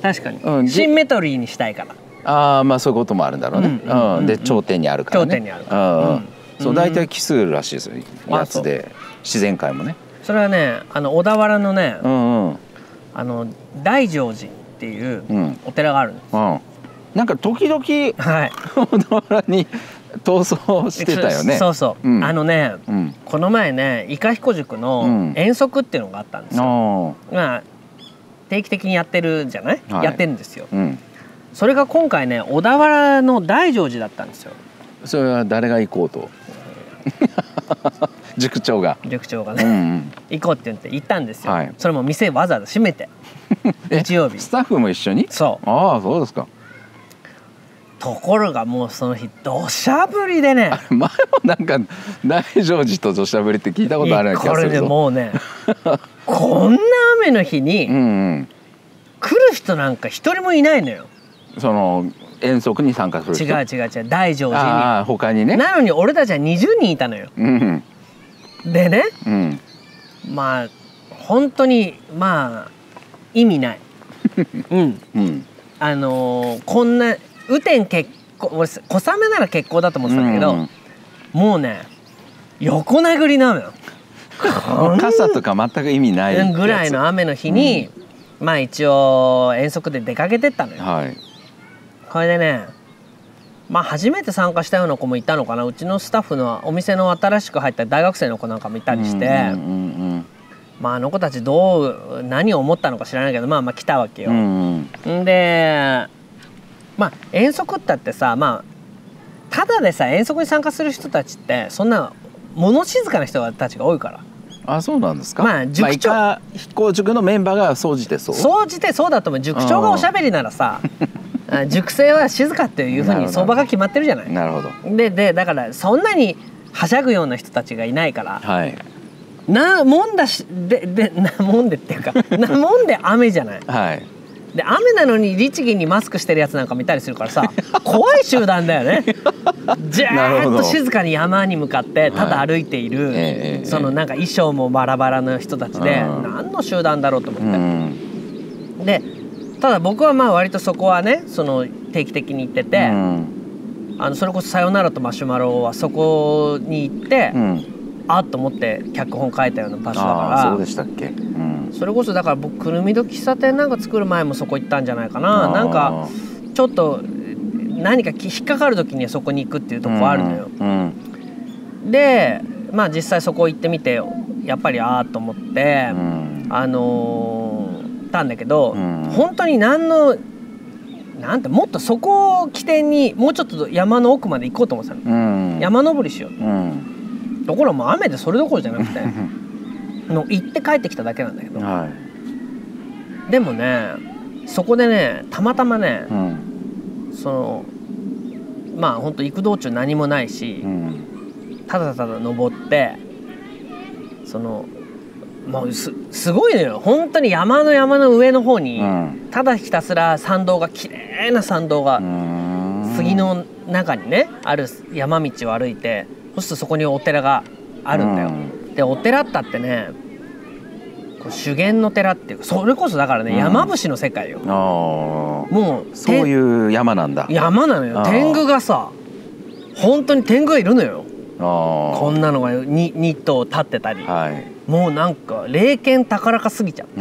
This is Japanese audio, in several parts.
確かに、シンメトリーにしたいから。 ああ、まあそういうこともあるんだろうね。で頂点にあるからね。 頂点にあるから。 そう大体奇数らしいですよ、やつで。自然界もね。 それはね、小田原のね、大乗寺っていうお寺があるんです。 なんか時々小田原に逃走してたよね。 そうそう。この前ね、伊香彦塾の遠足っていうのがあったんですよ。まあ定期的にやってるじゃない？やってるんですよ。それが今回ね、小田原の大乗寺だったんですよ。 それは誰が行こうと？塾長がね、行こうって言って行ったんですよ。それも店わざわざ閉めて日曜日。 スタッフも一緒に？そう。ああ、そうですか。 ところがもうその日土砂降りでね。 前もなんか大乗寺と土砂降りって聞いたことあるような気がするぞ。 これでもうね、こんな雨の日に来る人なんか一人もいないのよ。 その遠足に参加する人。 違う大乗寺に。 ああ、他にね。 なのに俺たちは20人いたのよ。でね、まあ本当にまあ意味ない。こんな雨天決行、俺小雨なら決行だと思ってたんだけど、もうね横殴りなのよ。 傘とか全く意味ないぐらいの雨の日に、まあ一応遠足で出かけてったのよ。これでね、まあ初めて参加したような子もいたのかな。うちのスタッフのお店の新しく入った大学生の子なんかもいたりして、まああの子たち何を思ったのか知らないけど、まあ来たわけよ。でまあ遠足ったってさ、まあただでさ遠足に参加する人たちってそんな物静かな人たちが多いから。 あ、そうなんですか。 まあ塾長、 飛行塾のメンバーが総じてそうだと思う。塾長がおしゃべりならさ、塾生は静かっていうふうに相場が決まってるじゃない。 なるほど。 でだからそんなにはしゃぐような人たちがいないから、なもんでっていうかなもんで雨じゃない。で雨なのに律儀にマスクしてるやつなんか見たりするからさ、怖い集団だよね。じーっと静かに山に向かってただ歩いている、そのなんか衣装もバラバラの人たちで、何の集団だろうと思って。でただ僕はまあ割とそこはね、その定期的に行ってて、それこそ「さよならとマシュマロ」はそこに行って、あっと思って脚本書いたような場所だから。そうでしたっけ。それこそだから僕くるみど喫茶店なんか作る前もそこ行ったんじゃないかな。なんかちょっと何か引っかかる時にはそこに行くっていうとこあるのよ。でまあ実際そこ行ってみてやっぱりああと思ってたんだけど、本当になんてもっとそこを起点にもうちょっと山の奥まで行こうと思ってたの。山登りしようと。ところがもう雨でそれどころじゃなくて行って帰ってきただけなんだけど、でもねそこでねたまたまね、そのまあ本当行く道中何もないし、ただただ登ってそのもうすごいのよ。本当に山の上の方に、ただひたすら参道が綺麗な参道が杉の中にねある山道を歩いて、そうするとそこにお寺があるんだよ。でお寺ったってね、修験の寺っていうか、それこそだからね、山伏の世界よ。もうそういう山なんだ。 山なのよ。天狗がさ、本当に天狗がいるのよ。こんなのが2頭立ってたり、もうなんか霊験高らかすぎちゃって、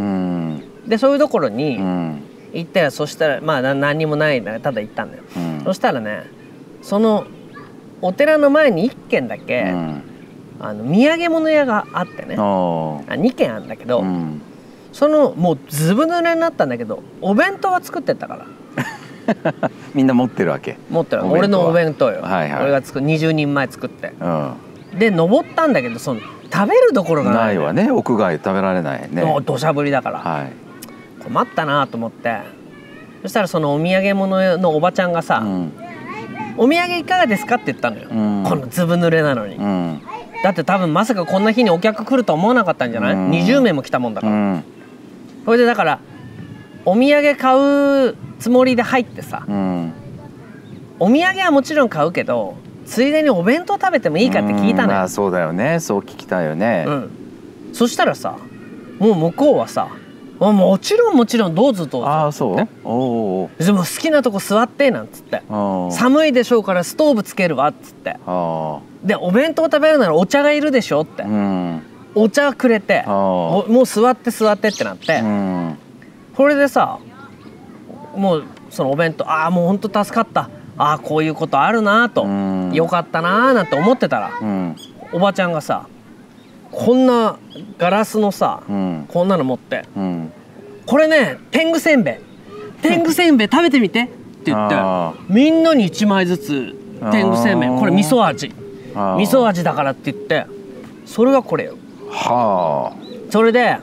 でそういうところに行って、そしたらまあ何にもない、ただ行ったんだよ。そしたらね、そのお寺の前に1軒だけ、土産物屋があってね、2軒あるんだけど、そのもうずぶ濡れになったんだけど、お弁当は作ってたからみんな持ってるわけ。 持ってる。俺のお弁当よ。俺が20人前作って、で登ったんだけど、その食べるところがないわね。屋外食べられないね。 土砂降りだから、困ったなと思って、そしたらそのお土産物のおばちゃんがさ、お土産いかがですかって言ったのよ、このずぶ濡れなのに。だって多分まさかこんな日にお客来るとは思わなかったんじゃない？ 20 名も来たもんだから。それでだからお土産買うつもりで入ってさ、お土産はもちろん買うけど、ついでにお弁当食べてもいいかって聞いたのよ。 そうだよね。そう聞きたいよね。 そしたらさ、もう向こうはさ、 もちろんもちろん、どうぞどうぞ。 ああそう。おでも好きなとこ座ってなんつって、寒いでしょうからストーブつけるわっつって、でお弁当食べるならお茶がいるでしょって、お茶くれて、もう座って座ってってなって、これでさ、もうそのお弁当、ああもうほんと助かった、ああこういうことあるなと、よかったなーなんて思ってたら、おばちゃんがさ、こんなガラスのさ、こんなの持って、これね天狗せんべい、天狗せんべい食べてみてって言って、みんなに1枚ずつ天狗せんべい、これ味噌味、味噌味だからって言って、それがこれよ。それで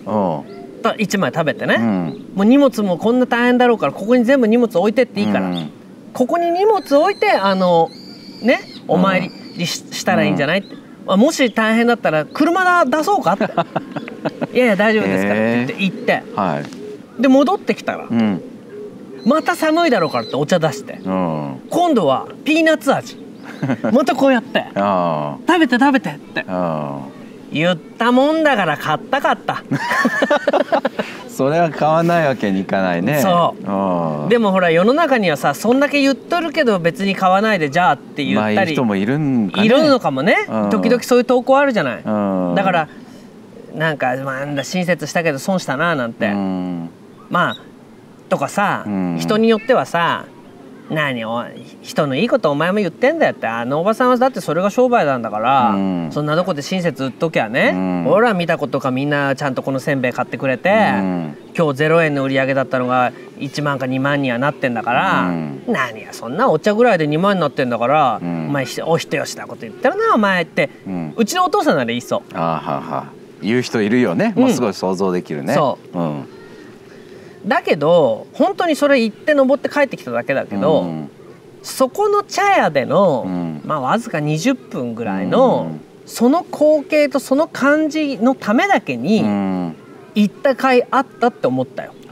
1枚食べてね、もう荷物もこんな大変だろうから、ここに全部荷物置いてっていいから、ここに荷物置いてね、お参りしたらいいんじゃないって、もし大変だったら車出そうかっていやいや大丈夫ですからって言って行って、で戻ってきたら、また寒いだろうからってお茶出して、今度はピーナッツ味またこうやって食べて食べてって言ったもんだから買ったかったそれは買わないわけにいかないね。 そうでもほら世の中にはさ、そんだけ言っとるけど別に買わないでじゃあって言ったり、 人もいるんかね、 いるのかもね、時々そういう投稿あるじゃない。だからなんか親切したけど損したななんて、まあとかさ、人によってはさ、何を人のいいことお前も言ってんだよって、あのおばさんはだってそれが商売なんだから、そんなとこで親切売っときゃね、俺ら見たことかみんなちゃんとこのせんべい買ってくれて、今日0円の売り上げだったのが1万か2万にはなってんだから、何やそんなお茶ぐらいで2万になってんだから、お前お人よしなこと言ってるなお前って、うちのお父さんなら言いそう。 言う人いるよね、もうすごい想像できるね。 だけど本当にそれ行って登って帰ってきただけだけど、そこの茶屋での、わずか20分ぐらいの、その光景とその感じのためだけに行った甲斐あったって思ったよ。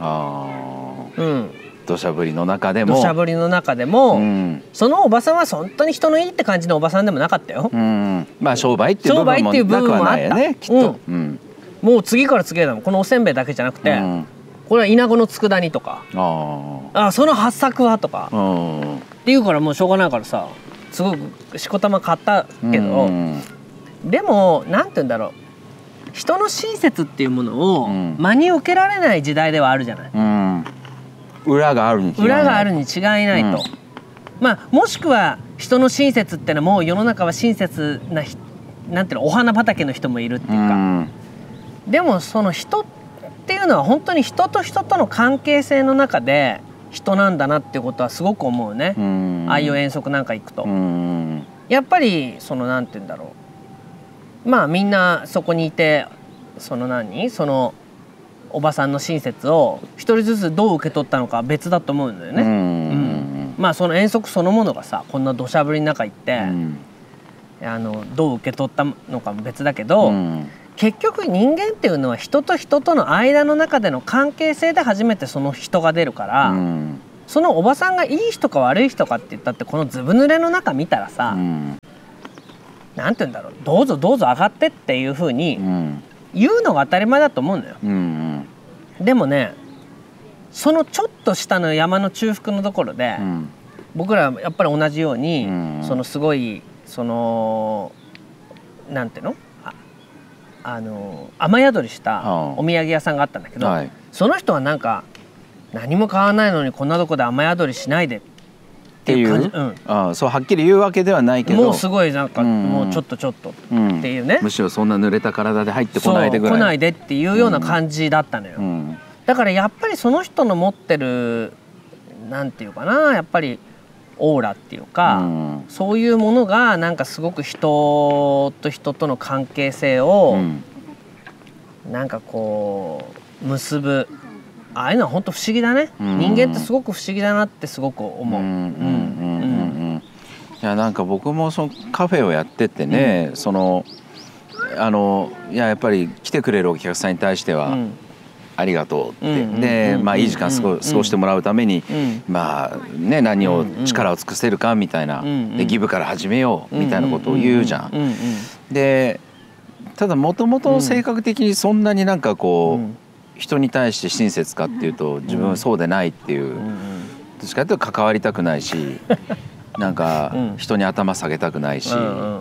土砂降りの中でも、 そのおばさんは本当に人のいいって感じのおばさんでもなかったよ。 商売っていう部分もないよね、きっと。 もう次から次へだもん、このおせんべいだけじゃなくて、これは稲子の佃煮とか、その八作はとかっていうからもうしょうがないからさ、すごくしこたま買ったけど、でもなんて言うんだろう、人の親切っていうものを真に受けられない時代ではあるじゃない。 裏があるに違いないと、もしくは人の親切ってのはもう世の中は親切ななんていうの、お花畑の人もいるっていうか、でもその人っていうのは本当に人と人との関係性の中で人なんだなっていうことはすごく思うね。ああいう遠足なんか行くと、やっぱりそのなんて言うんだろう、みんなそこにいて、そのおばさんの親切を一人ずつどう受け取ったのか別だと思うんだよね。その遠足そのものがさ、こんな土砂降りの中行って、どう受け取ったのかも別だけど、結局人間っていうのは人と人との間の中での関係性で初めてその人が出るから、そのおばさんがいい人か悪い人かって言ったって、このずぶ濡れの中見たらさ、なんて言うんだろう、どうぞどうぞ上がってっていう風に言うのが当たり前だと思うんだよ。でもね、そのちょっと下の山の中腹のところで、僕らやっぱり同じように、そのすごいなんていうの、雨宿りしたお土産屋さんがあったんだけど、その人はなんか何も買わないのにこんなとこで雨宿りしないでっていう感じ、 そうはっきり言うわけではないけど、 もうすごいなんかもうちょっとっていうね、 むしろそんな濡れた体で入ってこないでぐらい、 来ないでっていうような感じだったのよ。だからやっぱりその人の持ってるなんていうかな、やっぱりオーラっていうか、そういうものがなんかすごく人と人との関係性をなんかこう結ぶ、ああいうのは本当不思議だね。人間ってすごく不思議だなってすごく思う。 いやなんか僕もそのカフェをやっててね、やっぱり来てくれるお客さんに対しては、ありがとうって、でいい時間過ごしてもらうために何を力を尽くせるかみたいな、でギブから始めようみたいなことを言うじゃん。でただもともと性格的にそんなになんかこう人に対して親切かっていうと自分はそうでないっていう、どっちかというと関わりたくないしなんか人に頭下げたくないし、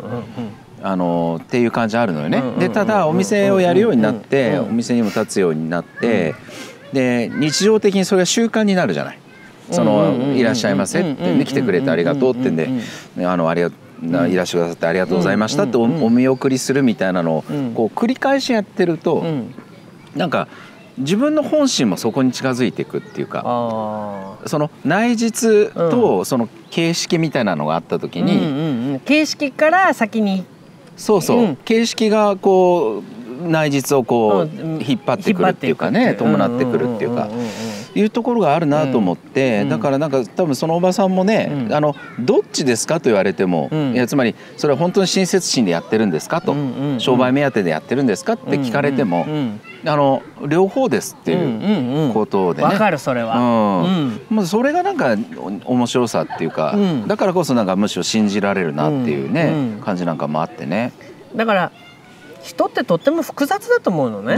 っていう感じあるのよね。でただお店をやるようになって、お店にも立つようになって、で日常的にそれが習慣になるじゃない。いらっしゃいませってね、来てくれてありがとうってんで、いらしてくださってありがとうございましたってお見送りするみたいなのをこう繰り返しやってると、なんか自分の本心もそこに近づいていくっていうか、その内実とその形式みたいなのがあった時に、 形式から先に形式がこう内実をこう引っ張ってくるっていうかね、伴ってくるっていうかいうところがあるなと思って、だからなんか多分そのおばさんもね、どっちですかと言われても、いやつまりそれは本当に親切心でやってるんですかと、商売目当てでやってるんですかって聞かれても、両方ですっていうことでね、 わかるそれは、 もうそれがなんか面白さっていうか、だからこそなんかむしろ信じられるなっていうね、感じなんかもあってね。 だから人ってとっても複雑だと思うのね。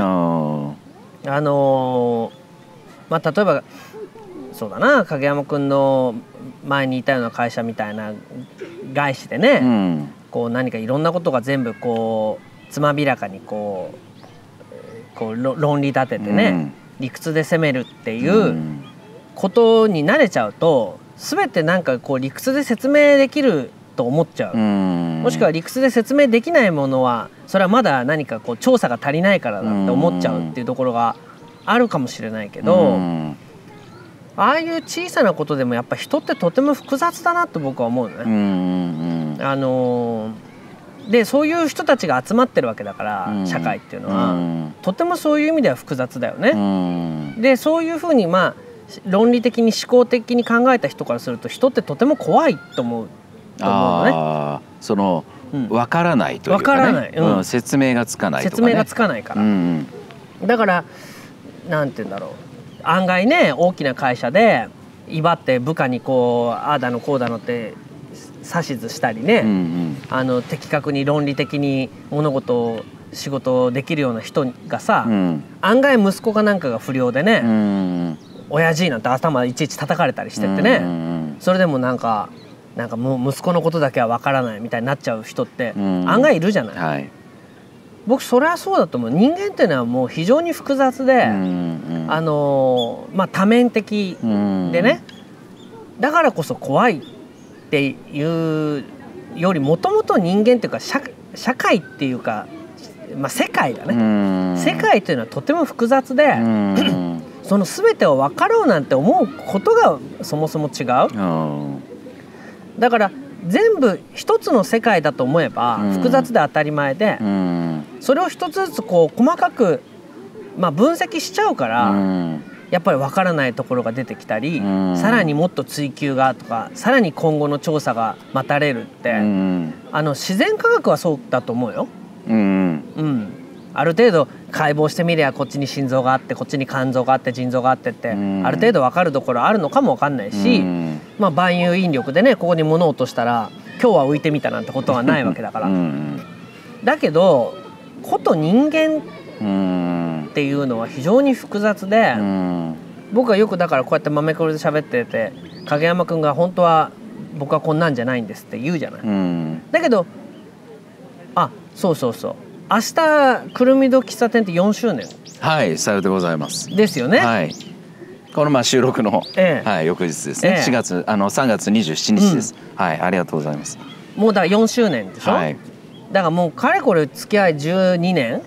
まあ例えばそうだな、影山くんの前にいたような会社みたいな外資でね、こう何かいろんなことが全部こうつまびらかにこう論理立ててね、理屈で攻めるっていうことに慣れちゃうと、全てなんかこう理屈で説明できると思っちゃう。もしくは理屈で説明できないものはそれはまだ何かこう調査が足りないからだって思っちゃうっていうところがあるかもしれないけど、ああいう小さなことでもやっぱ人ってとても複雑だなと僕は思うね。でそういう人たちが集まってるわけだから、社会っていうのはとてもそういう意味では複雑だよね。でそういうふうにまあ論理的に思考的に考えた人からすると人ってとても怖いと思うのね。 その分からないというかね、分からない、説明がつかないとかね、 説明がつかないから、だからなんて言うんだろう、案外ね大きな会社で威張って部下にこうああだのこうだのって指図したりね、的確に論理的に物事を仕事をできるような人がさ、案外息子かなんかが不良でね、親父なんて頭いちいち叩かれたりしてってね、それでもなんかもう息子のことだけは分からないみたいになっちゃう人って案外いるじゃない。僕それはそうだと思う。人間っていうのはもう非常に複雑で、まあ多面的でね、だからこそ怖いっていうよりもともと人間っていうか社会っていうか、まあ、世界だね。世界というのはとても複雑でその全てを分かろうなんて思うことがそもそも違う。だから全部一つの世界だと思えば複雑で当たり前で、それを一つずつこう細かく、まあ、分析しちゃうから、やっぱり分からないところが出てきたり、さらにもっと追求がとか、さらに今後の調査が待たれるって、自然科学はそうだと思うよ。ある程度解剖してみりゃこっちに心臓があってこっちに肝臓があって腎臓があってって、ある程度分かるところあるのかも分かんないし、まあ、万有引力でねここに物を落としたら今日は浮いてみたなんてことはないわけだから。だけどこと人間っていうのは非常に複雑で、僕はよくだからこうやって豆黒で喋ってて影山くんが本当は僕はこんなんじゃないんですって言うじゃない。だけどそう明日くるみど喫茶店って4周年さようでございますですよね。 この収録の、翌日ですね、3月27日です。ありがとうございます。 もうだから4周年でしょ。だからもうかれこれ付き合い12年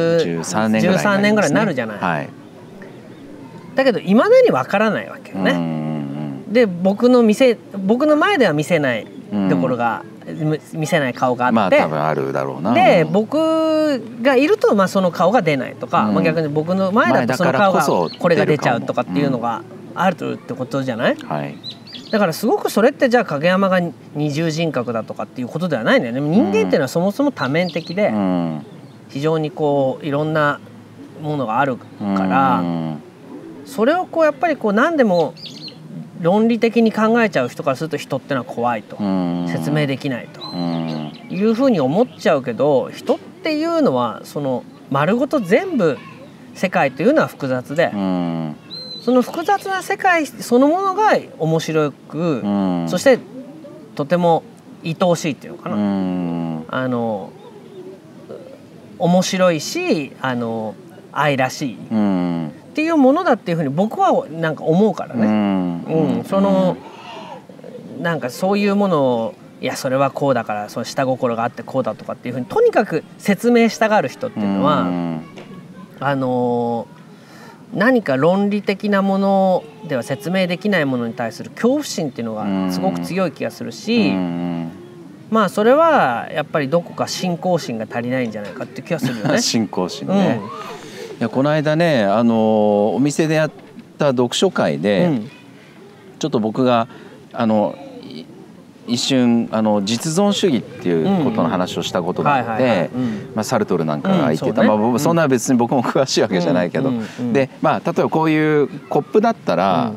13年ぐらいになるじゃない。だけどいまだにわからないわけよね。で僕の前では見せないところが、見せない顔があって、 まあ多分あるだろうな。 で僕がいるとまあその顔が出ないとか、逆に僕の前だとその顔がこれが出ちゃうとかっていうのがあるってことじゃない。だからすごくそれってじゃあ影山が二重人格だとかっていうことではないんだよね。人間っていうのはそもそも多面的で、非常にこういろんなものがあるから、それをこうやっぱりこう何でも論理的に考えちゃう人からすると人ってのは怖いと、説明できないというふうに思っちゃうけど、人っていうのはその丸ごと全部世界というのは複雑で、その複雑な世界そのものが面白く、そしてとても愛おしいっていうのかな、面白いし愛らしいっていうものだっていうふうに僕はなんか思うからね。そのなんかそういうものをいやそれはこうだからその下心があってこうだとかっていうふうにとにかく説明したがる人っていうのは何か論理的なものでは説明できないものに対する恐怖心っていうのがすごく強い気がするし、まあそれはやっぱりどこか信仰心が足りないんじゃないかっていう気がするよね。 信仰心ね、いやこの間ねお店でやった読書会で、ちょっと僕が一瞬実存主義っていうことの話をしたことがあって、サルトルなんかが言ってた、そんな別に僕も詳しいわけじゃないけど、で例えばこういうコップだったら、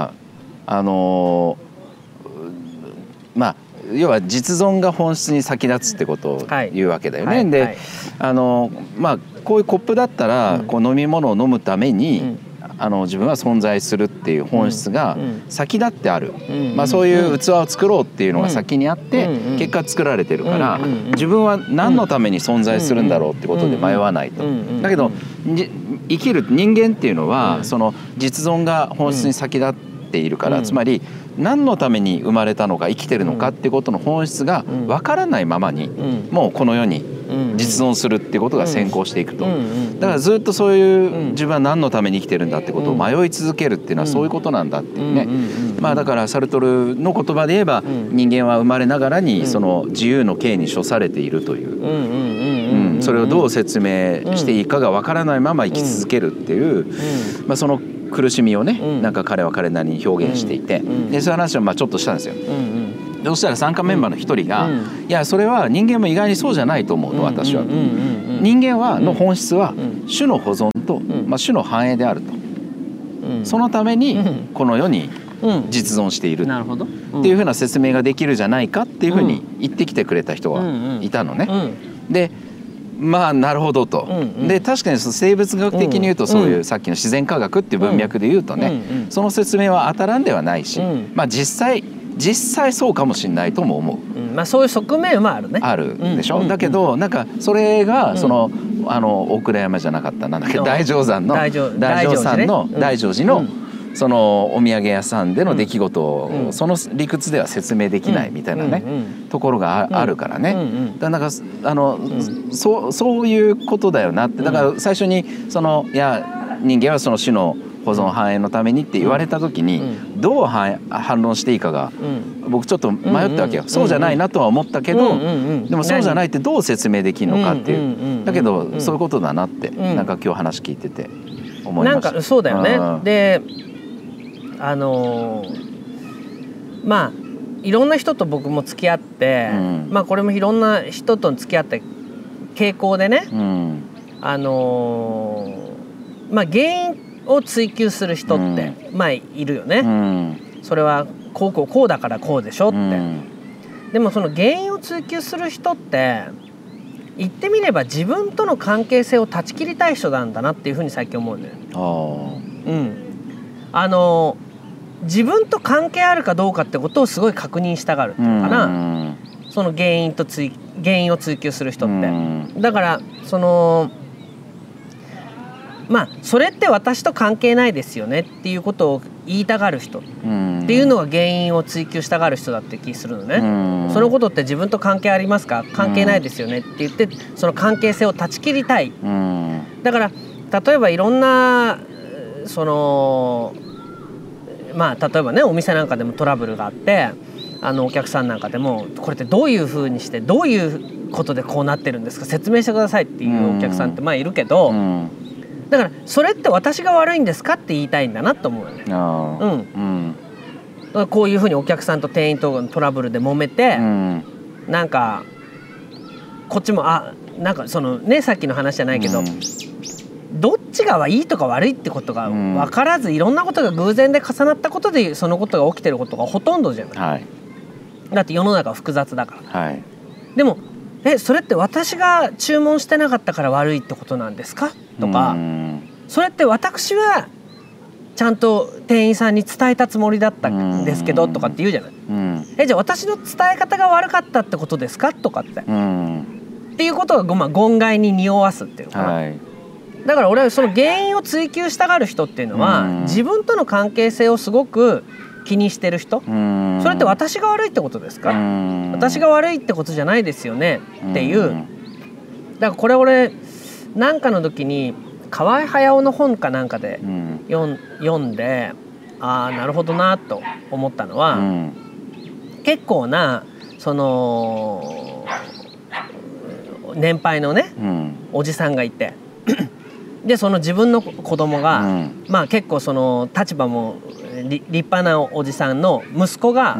要は実存が本質に先立つってことを言うわけだよね。でこういうコップだったらこう飲み物を飲むために自分は存在するっていう本質が先立ってある、そういう器を作ろうっていうのが先にあって結果作られてるから、自分は何のために存在するんだろうってことで迷わないと。だけど生きる人間っていうのはその実存が本質に先立っているから、つまり何のために生まれたのか生きてるのかっていうことの本質が分からないままにもうこの世に実存するっていうことが先行していくと。だからずっとそういう自分は何のために生きてるんだってことを迷い続けるっていうのはそういうことなんだっていうね。だからサルトルの言葉で言えば人間は生まれながらにその自由の刑に処されているという、それをどう説明していいかが分からないまま生き続けるっていう、その苦しみをねなんか彼は彼なりに表現していて、でそういう話をちょっとしたんですよ。そしたら参加メンバーの一人が「いやそれは人間も意外にそうじゃないと思うと私は」人間はの本質は種の保存と種の繁栄であると、そのためにこの世に実存しているっていうふうな説明ができるじゃないかっていうふうに言ってきてくれた人がいたのね。でなるほどと。で確かに生物学的に言うとそういうさっきの自然科学っていう文脈で言うとね、その説明は当たらんではないし、実際そうかもしれないとも思う。そういう側面はあるね。あるでしょ。だけどなんかそれがその大倉山じゃなかったなんだっけ、大乗山の大乗寺のそのお土産屋さんでの出来事をその理屈では説明できないみたいなねところがあるからね。だからそういうことだよなって。だから最初にいや人間はその種の保存繁栄のためにって言われた時にどう反論していいかが僕ちょっと迷ったわけよ。そうじゃないなとは思ったけど、でもそうじゃないってどう説明できるのかっていう。だけどそういうことだなってなんか今日話聞いてて思いました。 なんかそうだよね。でいろんな人と僕も付き合って、これもいろんな人と付き合って傾向でね、原因を追求する人っているよね。それはこうだからこうでしょって。でもその原因を追求する人って言ってみれば自分との関係性を断ち切りたい人なんだなっていうふうに最近思うんだよ。自分と関係あるかどうかってことをすごい確認したがるっていうのかな。その原因を追求する人って。だからそれって私と関係ないですよねっていうことを言いたがる人っていうのが原因を追求したがる人だって気するのね。そのことって自分と関係ありますか？関係ないですよねって言ってその関係性を断ち切りたい。だから例えばいろんな例えばねお店なんかでもトラブルがあってお客さんなんかでもこれってどういうふうにしてどういうことでこうなってるんですか説明してくださいっていうお客さんっているけど、だからそれって私が悪いんですかって言いたいんだなと思うよね。こういうふうにお客さんと店員とのトラブルで揉めて、なんかこっちもなんかさっきの話じゃないけど、どっちがいいとか悪いってことが分からずいろんなことが偶然で重なったことでそのことが起きてることがほとんどじゃない。だって世の中は複雑だから。でもそれって私が注文してなかったから悪いってことなんですかとか、 それって私はちゃんと店員さんに伝えたつもりだったんですけどとかって言うじゃない。じゃあ私の伝え方が悪かったってことですかとかってっていうことが、言外に匂わすっていうのかな、はい、だから俺はその原因を追求したがる人っていうのは自分との関係性をすごく気にしてる人。それって私が悪いってことですか、私が悪いってことじゃないですよねっていう。だからこれ俺なんかの時に河合隼の本かなんかで読んで、ああなるほどなと思ったのは、結構なその年配のね、おじさんがいてでその自分の子供が、結構その立場も立派なおじさんの息子が、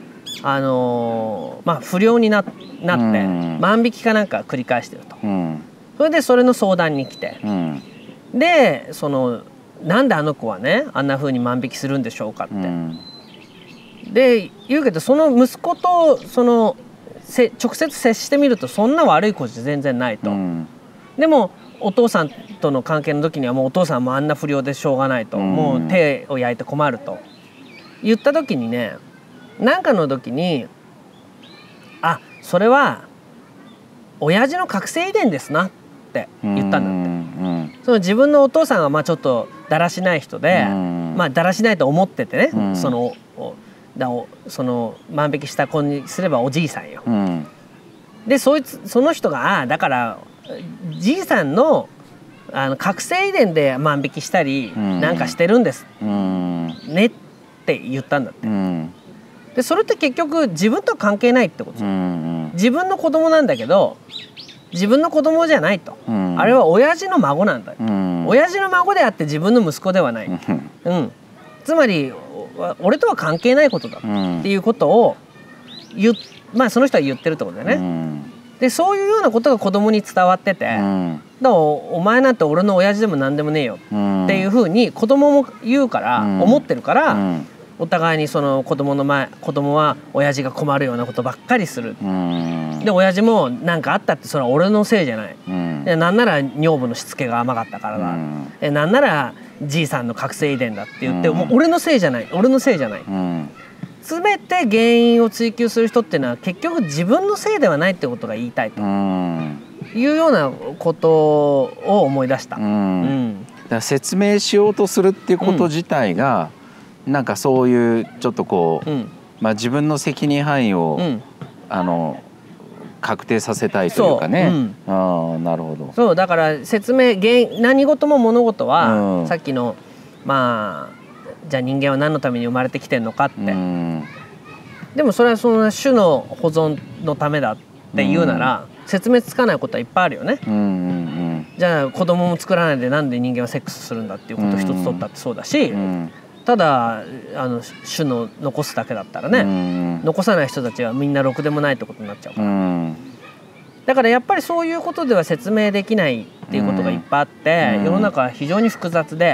不良になって万引きかなんか繰り返してると、それでそれの相談に来て、でそのなんであの子はねあんな風に万引きするんでしょうかって、で言うけどその息子とその直接接してみるとそんな悪い子じゃ全然ないと、でもお父さんとの関係の時にはもうお父さんもあんな不良でしょうがないと、もう手を焼いて困ると言った時にね、なんかの時にそれは親父の覚醒遺伝ですなって言ったんだって。その自分のお父さんはちょっとだらしない人で、だらしないと思っててね、その万引きした子にすればおじいさんよ。でその人がだからじいさんの覚醒遺伝で万引きしたりなんかしてるんですねって言ったんだって。でそれって結局自分とは関係ないってこと。自分の子供なんだけど自分の子供じゃないと、あれは親父の孫なんだ、親父の孫であって自分の息子ではない、つまり俺とは関係ないことだっていうことをその人は言ってるってことだよね。でそういうようなことが子供に伝わってて、だからお前なんて俺の親父でも何でもねえよっていうふうに子供も言うから思ってるから、お互いにその子供は親父が困るようなことばっかりする。で親父も何かあったってそれは俺のせいじゃない。でなんなら女房のしつけが甘かったからだ。なんならじいさんの覚醒遺伝だって言って、もう俺のせいじゃない。全て原因を追求する人っていうのは結局自分のせいではないってことが言いたいというようなことを思い出した。だから説明しようとするっていうこと自体が、なんかそういうちょっとこう、自分の責任範囲を、確定させたいというかね。なるほど。 そうだから何事も物事は、さっきのじゃあ人間は何のために生まれてきてんのかって、でもそれはその種の保存のためだって言うなら、説明つかないことはいっぱいあるよね。じゃあ子供も作らないでなんで人間はセックスするんだっていうことを一つ取ったってそうだし、ただ種の残すだけだったらね、残さない人たちはみんなろくでもないってことになっちゃうから、だからやっぱりそういうことでは説明できないっていうことがいっぱいあって、世の中は非常に複雑で、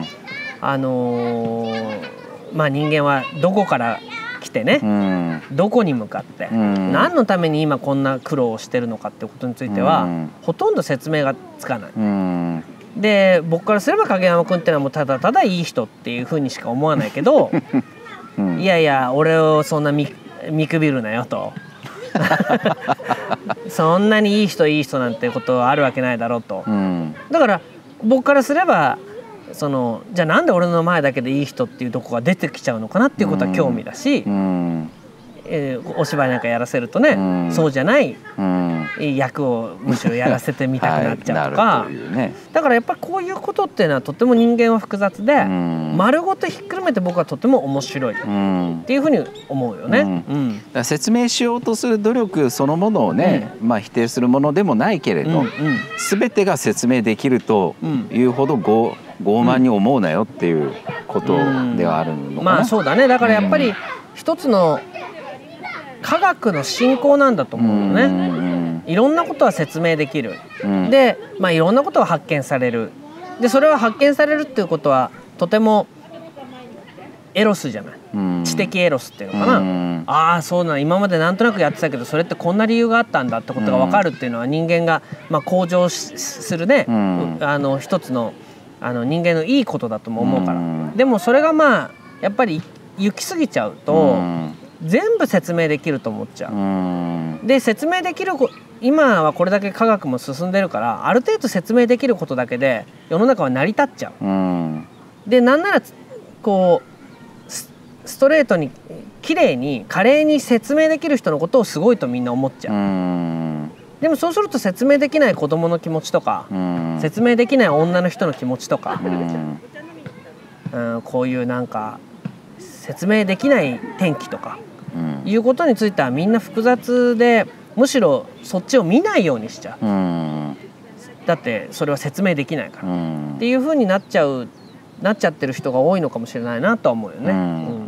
人間はどこから来てね、どこに向かって、何のために今こんな苦労をしてるのかってことについては、ほとんど説明がつかない。で僕からすれば影山君ってのはもうただただいい人っていうふうにしか思わないけどいやいや俺をそんな見くびるなよとそんなにいい人なんてことはあるわけないだろうと、だから僕からすればじゃあなんで俺の前だけでいい人っていうとこが出てきちゃうのかなっていうことは興味だし、お芝居なんかやらせるとね、そうじゃない役をむしろやらせてみたくなっちゃうとか、だからやっぱりこういうことっていうのはとても人間は複雑で、丸ごとひっくるめて僕はとても面白いっていうふうに思うよね。 だから説明しようとする努力そのものをね、否定するものでもないけれど、全てが説明できるというほど傲慢に思うなよっていうことではあるのかな。 そうだね。だからやっぱり一つの科学の進行なんだと思うのね。いろんなことは説明できる。で、いろんなことは発見される。で、それは発見されるっていうことはとてもエロスじゃない。知的エロスっていうのかな。ああ、そうなの。今までなんとなくやってたけど、それってこんな理由があったんだってことが分かるっていうのは人間が向上するね。一つの人間のいいことだとも思うから。でもそれがまあやっぱり行き過ぎちゃうと全部説明できると思っちゃう。で説明できる今はこれだけ科学も進んでるからある程度説明できることだけで世の中は成り立っちゃう。でなんならこうストレートに綺麗に華麗に説明できる人のことをすごいとみんな思っちゃう。でもそうすると説明できない子供の気持ちとか説明できない女の人の気持ちとかこういうなんか説明できない天気とかいうことについてはみんな複雑でむしろそっちを見ないようにしちゃう。だってそれは説明できないからっていう風になっちゃってる人が多いのかもしれないなとは思うよね。